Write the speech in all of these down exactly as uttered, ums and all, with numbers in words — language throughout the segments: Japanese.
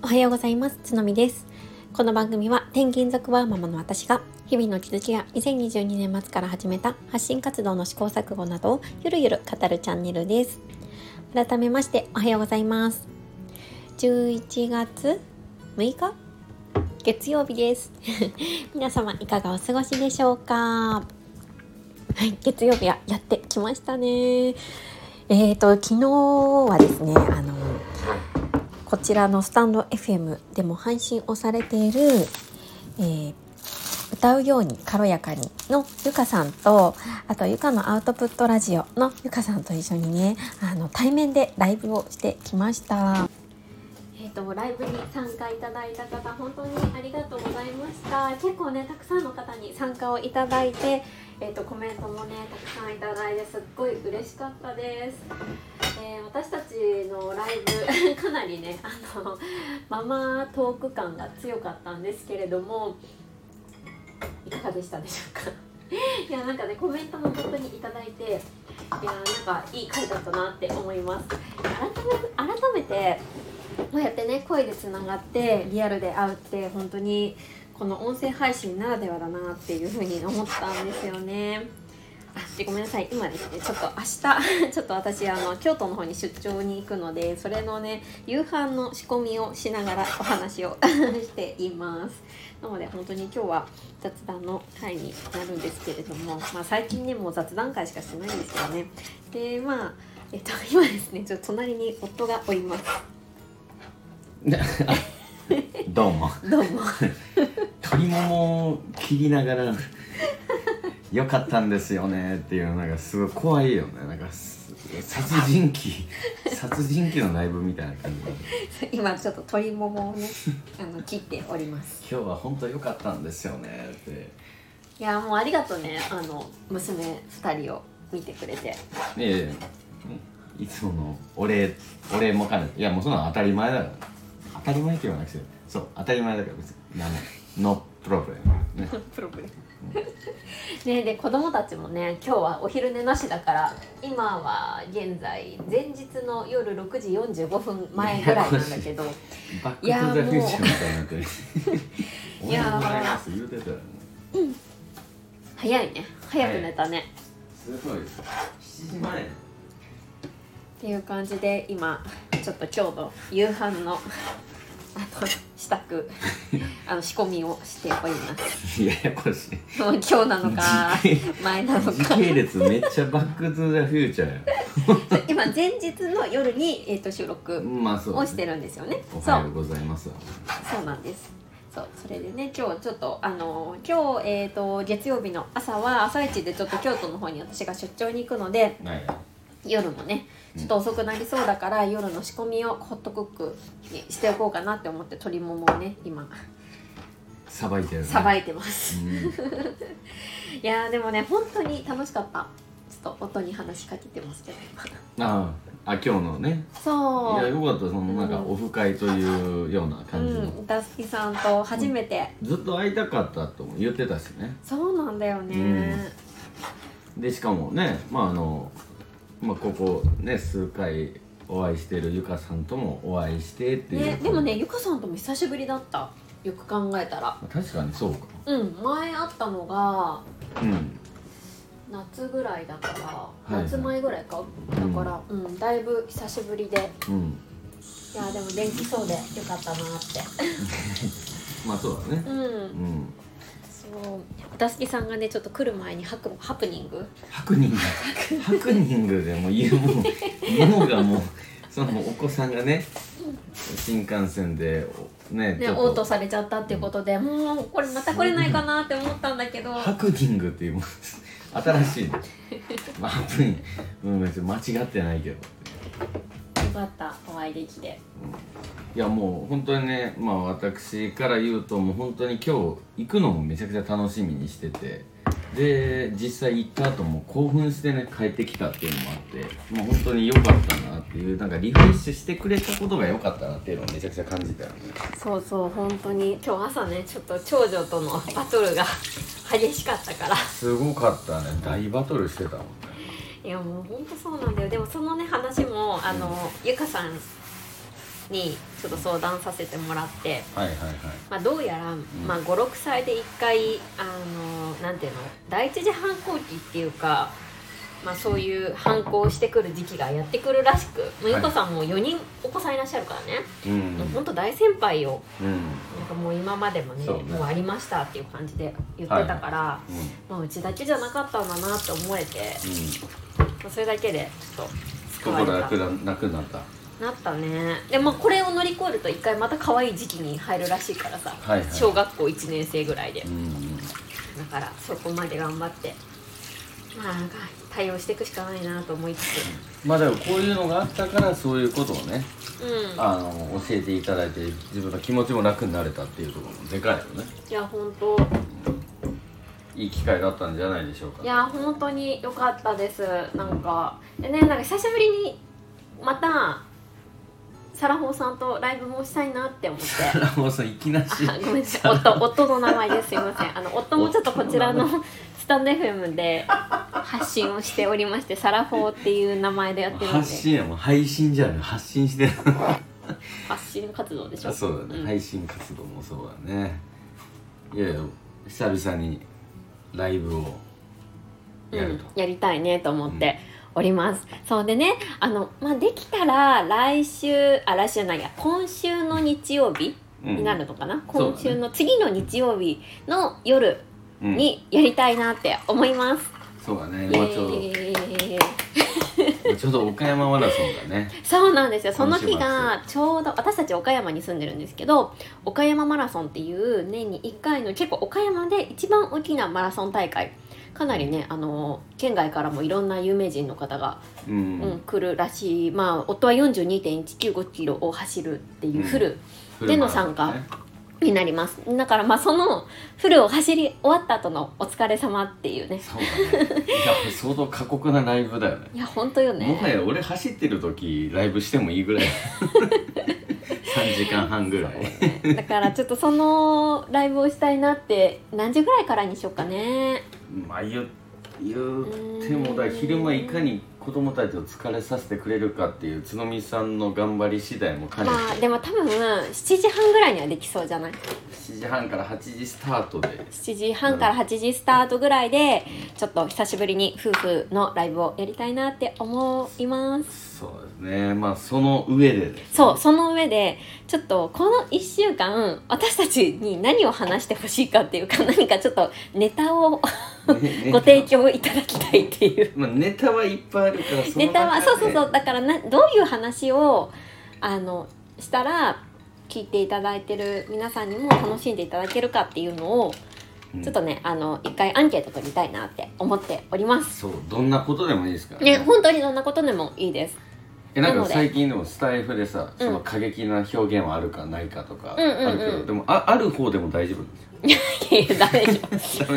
おはようございます。つのみです。この番組は転勤族ワーママの私が日々の気づきやにせんにじゅうにねん末から始めた発信活動の試行錯誤などをゆるゆる語るチャンネルです。改めましておはようございます。じゅういちがつむいか月曜日です皆様いかがお過ごしでしょうか。はい、月曜日はやってきましたね。えーと昨日はですねあのこちらのスタンド エフエム でも配信をされている、えー、歌うように軽やかにのゆかさんと、あとゆかのアウトプットラジオのゆかさんと一緒にねあの対面でライブをしてきました。えーと、ライブに参加いただいた方本当にありがとうございました。結構ねたくさんの方に参加をいただいて、えーと、コメントもねたくさんいただいてすっごい嬉しかったです。えー、私たちのライブかなりねあのママトーク感が強かったんですけれども、いかがでしたでしょうかいやなんかねコメントも本当にいただいて、いやなんかいい回だったなって思います。改め、改めてこうやってね声でつながってリアルで会うって本当にこの音声配信ならではだなっていうふうに思ったんですよね。あでごめんなさい、今ですねちょっと明日ちょっと私あの京都の方に出張に行くので、それのね夕飯の仕込みをしながらお話をしています。なので本当に今日は雑談の回になるんですけれども、まあ、最近ねもう雑談会しかしてないんですよね。でまあえっと今ですねちょっと隣に夫がおりますどうもどうも鶏ももを切りながら良かったんですよねっていうのなんかすごい怖いよね。なんか殺人鬼殺人鬼のライブみたいな感じで今ちょっと鶏ももをねあの切っております。 今日は本当良かったんですよねって。 いやもうありがとうね、あの娘ふたりを見てくれて。 ええ、いつものお礼お礼も兼ねて、いやもうそんなの当たり前だから当たり前って言わなくてそう当たり前だから別にあのノープロブレムねプロブレムね、で子供たちもね今日はお昼寝なしだから、今は現在前日の夜ろくじよんじゅうごふんまえぐらいなんだけど、 バックトゥザフューチャーみたいになってるいやー俺ます言うてたよね、 うん、早いね早く寝たね、 すごいですしちじまえっていう感じで今ちょっと今日の夕飯のあの支度あの仕込みをしております。 いややこしい。 もう今日なのか前なのか。 時系列めっちゃバックトゥザフューチャーや。 今前日の夜に、えー、と収録をしてるんですよね。 おはようございます。 そうなんです。そうそれでね今日ちょっとあの今日、えー、と月曜日の朝は朝一でちょっと京都の方に私が出張に行くので、 はい、 夜もねちょっと遅くなりそうだから、うん、夜の仕込みをホットクックにしておこうかなって思って鶏ももをね今さばいてる、ね、 さばいてます、うん、いやでもね本当に楽しかった。ちょっと音に話しかけてますけどああ今日のね。 そういやよかった。そのなんかオフ会というような感じの、 うん、ダスキさんと初めて、 うん、ずっと会いたかったとも言ってたしね。 そうなんだよね、 うん、でしかもねまああのまあ、ここね数回お会いしてるゆかさんともお会いしてっていう、 ね、でもねゆかさんとも久しぶりだった。よく考えたら確かにそうか。 うん前会ったのが、 うん、 夏ぐらいだから、 はいはい、 夏前ぐらいかだから、うん、うん、だいぶ久しぶりで、うん、いやでも元気そうでよかったなってまあそうだね。うん、 うんそうダスキさんがねちょっと来る前にハクハプニングハプニングハプニングでもう言うもう脳がもうそのお子さんがね新幹線でねねオートされちゃったっていうことで、うん、もうこれまた来れないかなって思ったんだけどハプニングっていうも新しいねまあハプニング、うん、別に間違ってないけどよかったお会いできて、 うん、いやもう本当にねまあ私から言うともう本当に今日行くのもめちゃくちゃ楽しみにしてて、で実際行った後も興奮してね帰ってきたっていうのもあって、もう本当に良かったなっていう、なんかリフレッシュしてくれたことが良かったなっていうのをめちゃくちゃ感じたよね。 そうそう本当に今日朝ねちょっと長女とのバトルが激しかったからすごかったね。大バトルしてたもんね。 いやもう本当そうなんだよ。でもそのね話もあの、うん、ゆかさんにちょっと相談させてもらって、 はいはいはい、 まあ、どうやら、まあ、ごろくさいでいっかいあのなんていうの第一次反抗期っていうか、まあ、そういう反抗してくる時期がやってくるらしく、もうゆこさんもよにんお子さんいらっしゃるからね、うん、もうほんと大先輩よ、うん、なんかもう今までも ね, ねもうありましたっていう感じで言ってたから、はい、うんまあ、うちだけじゃなかったんだなって思えて、うんまあ、それだけでちょっと救われた。 心楽なくなったなったね。でもこれを乗り越えると一回また可愛い時期に入るらしいからさ、はいはい、小学校いちねん生ぐらいで、うん、だからそこまで頑張ってまあなんか対応していくしかないなと思いつつ、 まあでもこういうのがあったからそういうことをね、うん、あの教えていただいて自分の気持ちも楽になれたっていうところもでかいよね。 いや本当いい機会だったんじゃないでしょうか。 いや本当に良かったです。なんかでね、なんか久しぶりにまたサラホーさんとライブもしたいなって思って。 サラホーさんいきなしごめんなさい、夫夫の名前です。すいません。あの夫もちょっとこちらのスタンド エフエム で発信をしておりまして、サラホーっていう名前でやってるんで。 発信やもん、配信じゃない、発信してる。 発信活動でしょ。 そうだね、うん、配信活動もそうだね。いやいや久々にライブをやると、 うん、やりたいねと思って。うんおります。そうでね、あの、まあ、できたら来週、あ、来週ないや、今週の日曜日になるのかな、うん、今週の次の日曜日の夜にやりたいなって思います。 そうだね、まあ、ちょうど、ちょうど岡山マラソンだね。 そうなんですよ。その日がちょうど私たち岡山に住んでるんですけど、岡山マラソンっていう年にいっかいの結構岡山で一番大きなマラソン大会、かなりね、あの県外からもいろんな有名人の方が、うんうん、来るらしい。まあ夫は よんじゅうにてんいちきゅうごキロを走るっていうフルでの参加になります。だからまあそのフルを走り終わった後のお疲れ様っていうね。 そうだね。いや相当過酷なライブだよね。 いや本当よね。 もはや俺走ってる時ライブしてもいいぐらい。さんじかんはんぐらい、 ね、だからちょっとそのライブをしたいなって。何時ぐらいからにしようかね。 まあ言ってもだ昼間いかに子供たちを疲れさせてくれるかっていうつのみさんの頑張り次第も兼ねて、 まあでも多分しちじはんぐらいにはできそうじゃない。 しちじはんからはちじスタートでしちじはんからはちじスタートぐらいでちょっと久しぶりに夫婦のライブをやりたいなって思います。 そうですね。まあその上でです、ね、 そうその上でちょっとこのいっしゅうかん私たちに何を話してほしいかっていうか、何かちょっとネタをね、ご提供いただきたいっていう、 まあ、ネタはいっぱいあるからそのネタはそうそうそう、だからなどういう話をあのしたら聞いていただいてる皆さんにも楽しんでいただけるかっていうのを、うん、ちょっとねあの一回アンケート取りたいなって思っております。 そうどんなことでもいいですからね。 ね本当にどんなことでもいいです。 えなんか最近でもスタイフでさ、その過激な表現はあるかないかとかあるけど、でも あ, ある方でも大丈夫ですよ。 いやいやダメでしょ。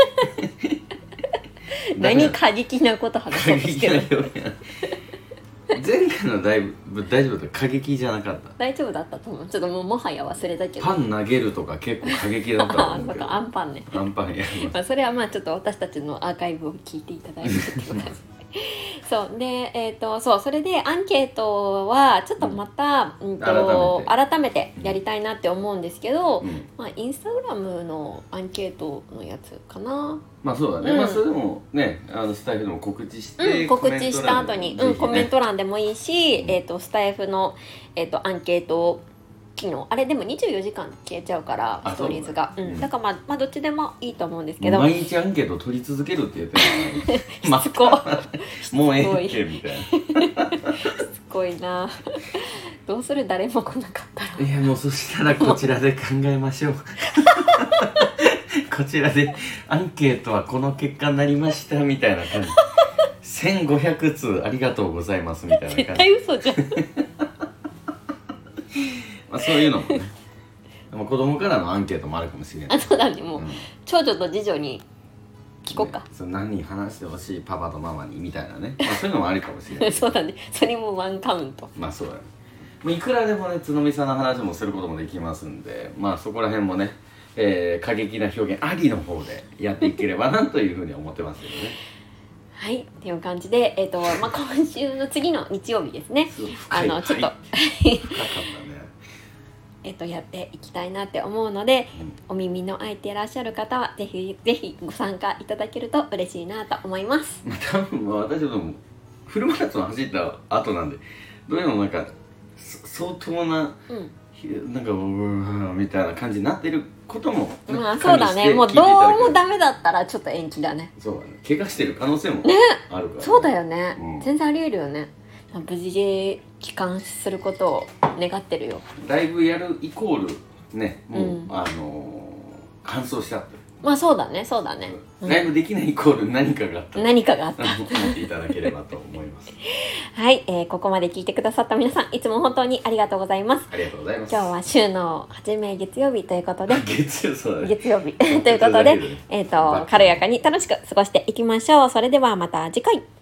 何過激なこと話そうとしてる。 前回のだいぶ大丈夫だった。過激じゃなかった。 大丈夫だったと思う。ちょっともうもはや忘れたけど。 パン投げるとか結構過激だったと思うけど。 あアンパンね。 アンパンやります。 まあそれはまあちょっと私たちのアーカイブを聞いていただいてってことです。そうで、えーと、そうそれでアンケートはちょっとまた、うん、うんと改めて改めてやりたいなって思うんですけど、うん、まあ、インスタグラムのアンケートのやつかな。 まあそうだね、うん、まあそれでもねあのスタイフでも告知して、 うん、告知した後に、ね、うん、コメント欄でもいいし、うん、えーとスタイフの、えーとアンケート機能あれでもにじゅうよじかん消えちゃうからストーリーズが う、うん、だからまあ、まあどっちでもいいと思うんですけど、 毎日アンケート取り続けるって言ってるのしつこもうええってみたいな。 しつこいな。どうする誰も来なかったら。 いやもうそしたらこちらで考えましょう。こちらでアンケートはこの結果になりましたみたいな感じ。せんごひゃくつうありがとうございますみたいな感じ。 絶対嘘じゃん。 まあそういうのもね。でも子供からのアンケートもあるかもしれない。 あ、そうだね。もう、うん、長女と次女に聞こうか。ね、 そ何人話してほしいパパとママにみたいなね。まあ、そういうのもありかもしれない。 そうだね。それもワンカウント。 まあそうだね。いくらでもねつのみさんの話もすることもできますんで、まあそこら辺もね、えー、過激な表現ありの方でやっていければなというふうに思ってますけどね。 はいっていう感じで、えーとまあ、今週の次の日曜日ですねあのちょっと、はい、深かったねえっとやっていきたいなって思うので、うん、お耳の開いていらっしゃる方はぜひぜひご参加いただけると嬉しいなと思います。 多分私はもフルマラソン走った後なんでどういうのなんか相当な、うん、なんかうーみたいな感じになってることも、 ね、まあそうだねもうどうもダメだったらちょっと延期だね。 そうだね怪我してる可能性もあるから、ねね、そうだよね、うん、全然ありえるよね。無事で帰還することを願ってるよ。 ライブやるイコールねもう、うん、あのー、完走したってまあそうだねそうだね、 うん、ライブできないイコール何かがあった何かがあった思っていただければと思いますはい、えー、ここまで聞いてくださった皆さんいつも本当にありがとうございます。 ありがとうございます。 今日は週の初め月曜日ということで月曜そうだね月曜日ということで、えーと軽やかに楽しく過ごしていきましょう。それではまた次回。